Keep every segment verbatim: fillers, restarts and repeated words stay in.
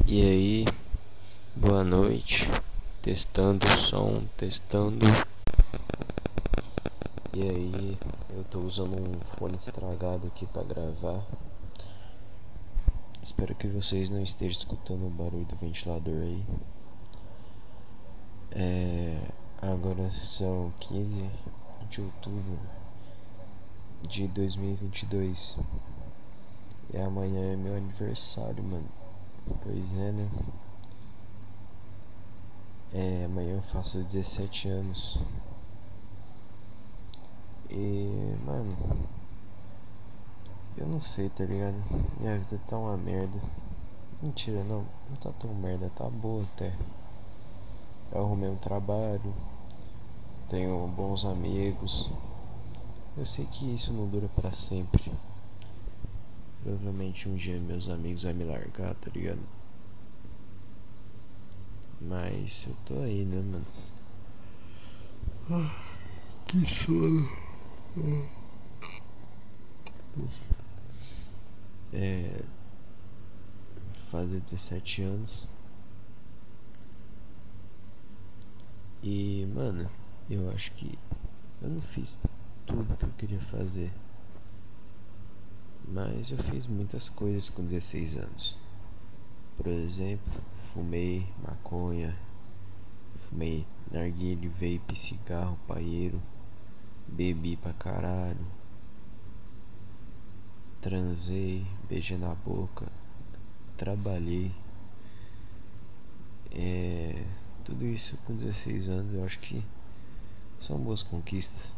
E aí, boa noite. Testando o som, testando. E aí, eu tô usando um fone estragado aqui pra gravar. Espero que vocês não estejam escutando o barulho do ventilador aí. É, agora são quinze de outubro de dois mil e vinte e dois. E amanhã é meu aniversário, mano. Pois é, né? É, amanhã eu faço dezessete anos. E, mano, eu não sei, tá ligado? Minha vida tá uma merda. Mentira, não, não tá tão merda, tá boa até. Eu arrumei um trabalho, tenho bons amigos. Eu sei que isso não dura pra sempre. Provavelmente um dia meus amigos vão me largar, tá ligado? Mas eu tô aí, né, mano? Que sono. É. Fazer dezessete anos. E, mano, eu acho que eu não fiz tudo que eu queria fazer. Mas eu fiz muitas coisas com dezesseis anos. Por exemplo, fumei maconha, fumei narguilé, vape, cigarro, paieiro, bebi pra caralho, transei, beijei na boca, trabalhei. É, tudo isso com dezesseis anos eu acho que são boas conquistas.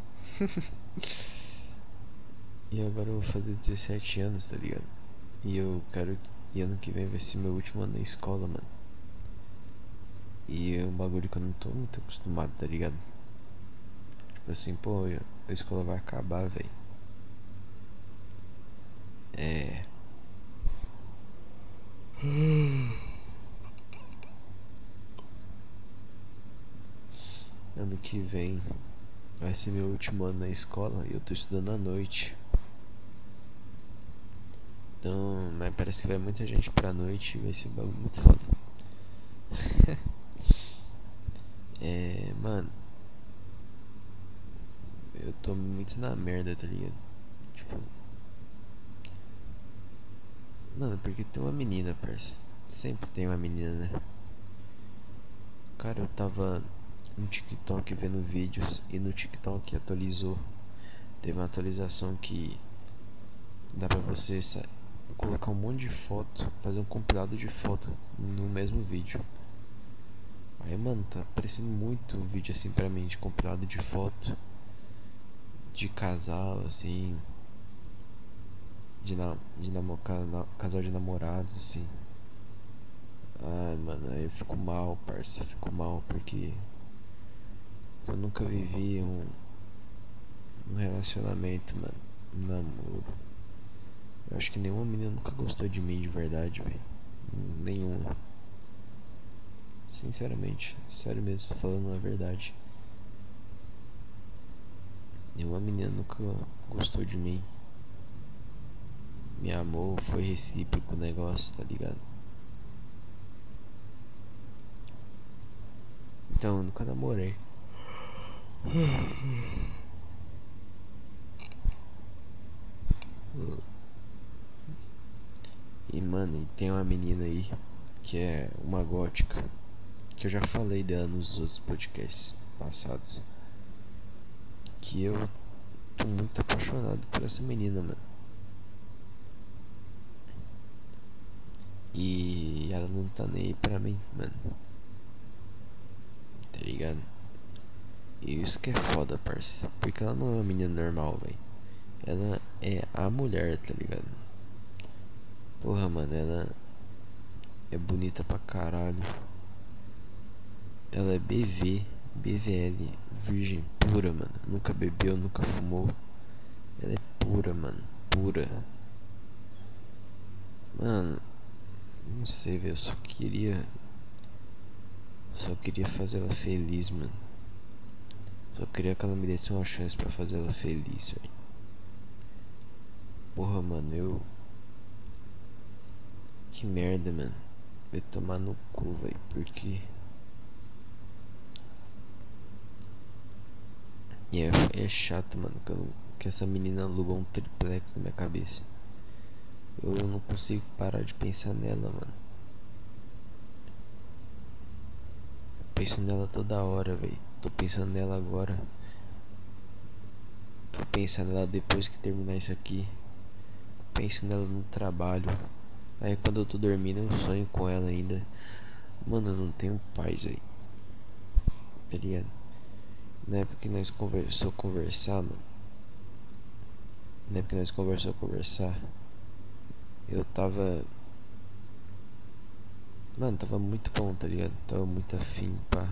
E agora eu vou fazer dezessete anos, tá ligado? E eu quero. E ano que vem vai ser meu último ano na escola, mano. E é um bagulho que eu não tô muito acostumado, tá ligado? Tipo assim, pô, a escola vai acabar, velho. É. Ano que vem vai ser meu último ano na escola e eu tô estudando à noite. Então, mas parece que vai muita gente pra noite e vai ser um bagulho muito foda. É, mano, eu tô muito na merda, tá ligado? Tipo, mano, porque tem uma menina, parça. Sempre tem uma menina, né? Cara, eu tava no TikTok vendo vídeos e no TikTok atualizou. Teve uma atualização que dá pra você colocar um monte de foto, fazer um compilado de foto no mesmo vídeo. Aí, mano, tá aparecendo muito vídeo assim pra mim de compilado de foto de casal, assim, de, na, de namo, casal de namorados, assim. Ai, mano, aí eu fico mal, parça, eu fico mal porque eu nunca vivi um, um relacionamento, mano, um namoro. Eu acho que nenhuma menina nunca gostou de mim de verdade, velho. Nenhuma. Sinceramente, sério mesmo, falando a verdade. Nenhuma menina nunca gostou de mim. Me amou, foi recíproco o negócio, tá ligado? Então, eu nunca namorei. E, mano, e tem uma menina aí que é uma gótica. Que eu já falei dela nos outros podcasts passados. Que eu tô muito apaixonado por essa menina, mano. E ela não tá nem aí pra mim, mano. Tá ligado? E isso que é foda, parça. Porque ela não é uma menina normal, velho. Ela é a mulher, tá ligado? Porra, mano, ela é bonita pra caralho. Ela é B V, B V L, virgem pura, mano. Nunca bebeu, nunca fumou. Ela é pura, mano. Pura. Mano, não sei, velho. Eu só queria. Só queria fazer ela feliz, mano. Só queria que ela me desse uma chance pra fazer ela feliz, velho. Porra, mano, eu. Que merda, mano. Vai tomar no cu, velho, porque... E é, é chato, mano, que, eu, que essa menina alugou um triplex na minha cabeça. Eu não consigo parar de pensar nela, mano. Eu penso nela toda hora, velho. Tô pensando nela agora. Tô pensando nela depois que terminar isso aqui. Penso nela no trabalho. Aí quando eu tô dormindo eu sonho com ela ainda. Mano, eu não tenho paz, velho. Tá ligado? Na época que nós conversou conversar, mano. Na época que nós conversou conversar. Eu tava... Mano, tava muito bom, tá ligado? Tava muito afim, pá.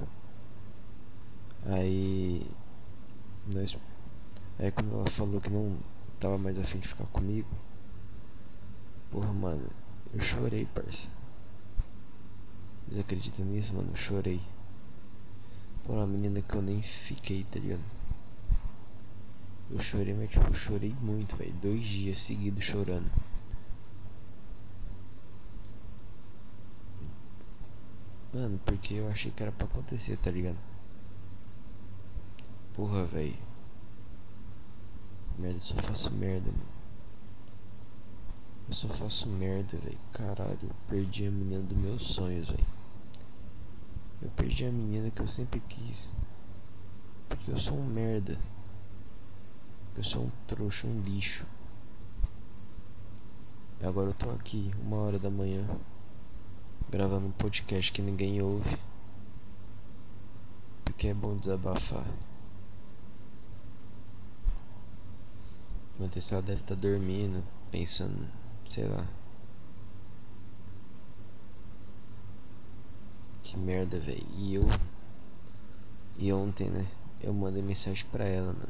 Aí... Nós... Aí quando ela falou que não tava mais afim de ficar comigo. Porra, mano. Eu chorei, parça. Vocês acreditam nisso, mano? Eu chorei. Por uma menina que eu nem fiquei, tá ligado? Eu chorei, mas tipo, eu chorei muito, velho. Dois dias seguidos chorando. Mano, porque eu achei que era pra acontecer, tá ligado? Porra, velho. Merda, eu só faço merda, mano. Eu só faço merda, velho. Caralho, eu perdi a menina dos meus sonhos, velho. Eu perdi a menina que eu sempre quis. Porque eu sou um merda. Eu sou um trouxa, um lixo. E agora eu tô aqui, uma hora da manhã, gravando um podcast que ninguém ouve. Porque é bom desabafar. Meu ela deve estar dormindo, pensando, sei lá. Que merda, velho. E eu. E ontem, né? Eu mandei mensagem pra ela, mano.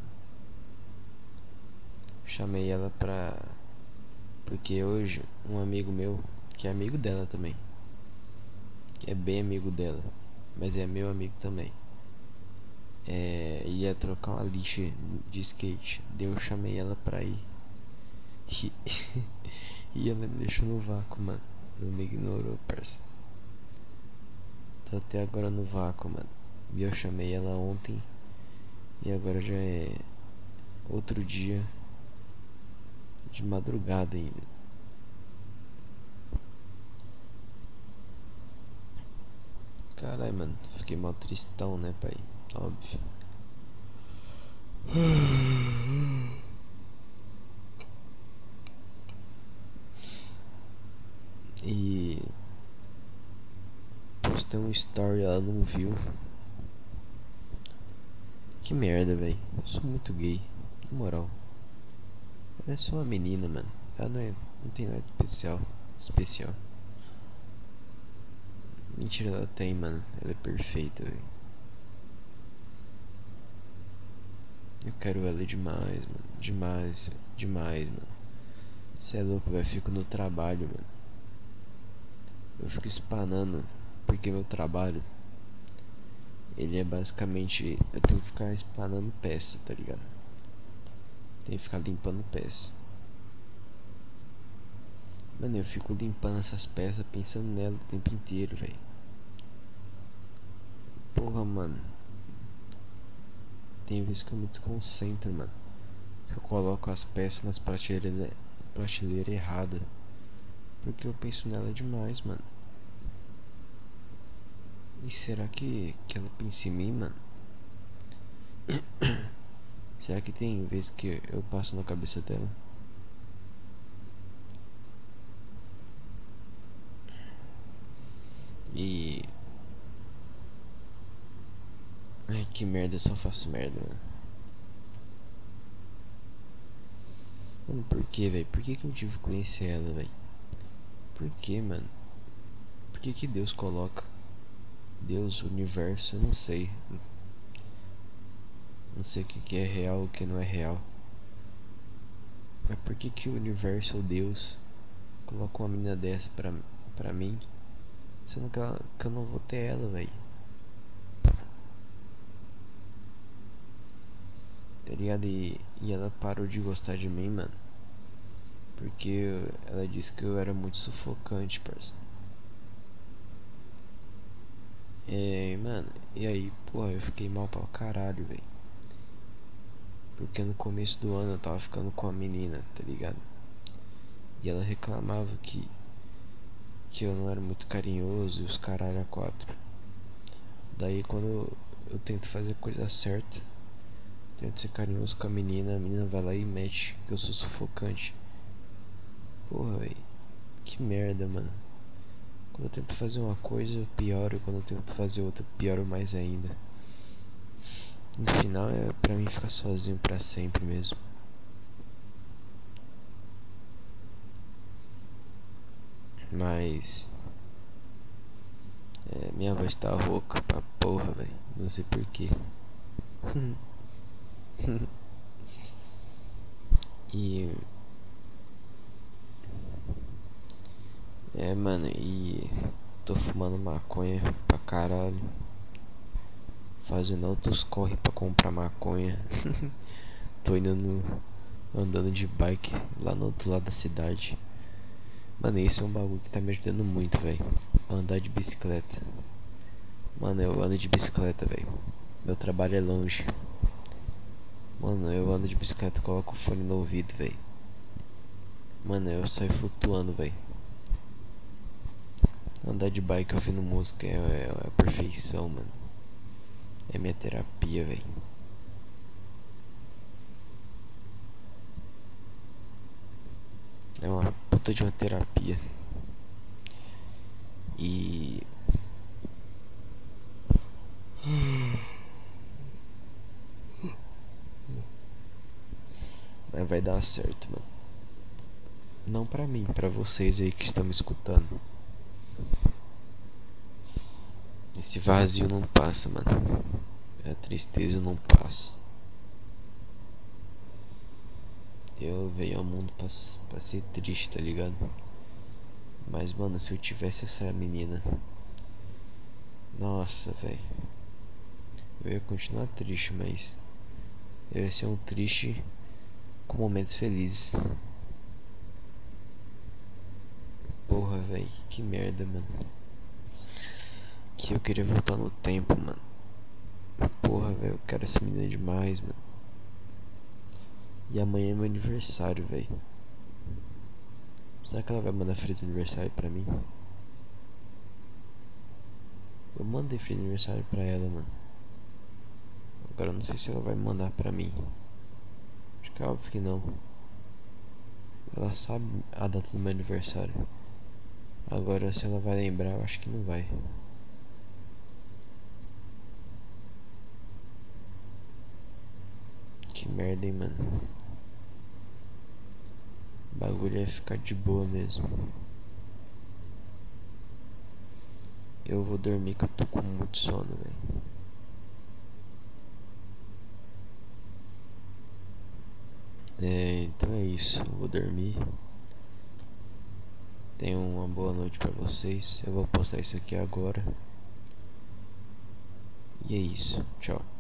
Chamei ela pra. Porque hoje, um amigo meu, que é amigo dela também, que é bem amigo dela, mas é meu amigo também, é, ia trocar uma lixa de skate. Daí eu chamei ela pra ir. E, e ela me deixou no vácuo, mano. Ela me ignorou, parça. Tô até agora no vácuo, mano. E eu chamei ela ontem. E agora já é outro dia. De madrugada ainda. Caralho, mano. Fiquei mal tristão, né, pai? Óbvio. E postei um story, ela não viu. Que merda, velho. Eu sou muito gay, na moral. Ela é só uma menina, mano. Ela não, é, não tem nada de especial. Especial. Mentira, ela tem, mano. Ela é perfeita, velho. Eu quero ela demais, mano. Demais, demais, mano. Cê é louco, velho. Fico no trabalho, mano. Eu fico espanando. Porque meu trabalho, ele é basicamente... Eu tenho que ficar espanando peça, tá ligado? Tenho que ficar limpando peça. Mano, eu fico limpando essas peças, pensando nela o tempo inteiro, velho. Porra, mano. Tem vezes que eu me desconcentro, mano. Que eu coloco as peças nas prateleiras prateleira errada. Porque eu penso nela demais, mano. E será que, que ela pensa em mim, mano? Será que tem vezes que eu passo na cabeça dela? E... Ai, que merda, eu só faço merda, mano. Mano, por que, velho? Por que que eu tive que conhecer ela, velho? Por que, mano? Por que que Deus coloca? Deus, o universo, eu não sei. Não sei o que que é real e o que não é real. Mas por que que o universo ou Deus coloca uma menina dessa pra, pra mim? Sendo que, ela, que eu não vou ter ela, velho. Tá ligado? E, e ela parou de gostar de mim, mano. Porque eu, ela disse que eu era muito sufocante, parça. É, mano, e aí, porra, eu fiquei mal pra caralho, velho. Porque no começo do ano eu tava ficando com a menina, tá ligado? E ela reclamava que que eu não era muito carinhoso e os caralho a quatro. Daí quando eu, eu tento fazer a coisa certa, tento ser carinhoso com a menina, a menina vai lá e mete que eu sou sufocante. Porra, véi, que merda, mano. Quando eu tento fazer uma coisa, eu pioro. Quando eu tento fazer outra, eu pioro mais ainda. No final é pra mim ficar sozinho pra sempre mesmo. Mas é, minha voz tá rouca pra porra, velho. Não sei porquê. E é, mano, e tô fumando maconha pra caralho. Fazendo altos corre pra comprar maconha. Tô indo no, andando de bike lá no outro lado da cidade. Mano, isso é um bagulho que tá me ajudando muito, velho. Andar de bicicleta. Mano, eu ando de bicicleta, velho. Meu trabalho é longe. Mano, eu ando de bicicleta, coloco o fone no ouvido, velho. Mano, eu saio flutuando, velho. Andar de bike ouvindo música é, é, é a perfeição, mano. É minha terapia, velho. É uma puta de uma terapia. E mas vai dar certo, mano. Não pra mim, pra vocês aí que estão me escutando. Esse vazio não passa, mano. A tristeza não passa. Eu veio ao mundo pra, pra ser triste, tá ligado? Mas, mano, se eu tivesse essa menina, nossa, velho, eu ia continuar triste, mas eu ia ser um triste com momentos felizes. Porra, velho, que merda, mano. Que eu queria voltar no tempo, mano. Porra, velho, eu quero essa menina demais, mano. E amanhã é meu aniversário, velho. Será que ela vai mandar feliz aniversário pra mim? Eu mandei feliz aniversário pra ela, mano. Agora eu não sei se ela vai mandar pra mim. Acho que é óbvio que não. Ela sabe a data do meu aniversário. Agora se ela vai lembrar, eu acho que não vai. Que merda, hein, mano. O bagulho ia ficar de boa mesmo. Eu vou dormir que eu tô com muito sono, velho. É, então é isso. Eu vou dormir. Tenham uma boa noite pra vocês. Eu vou postar isso aqui agora. E é isso. Tchau.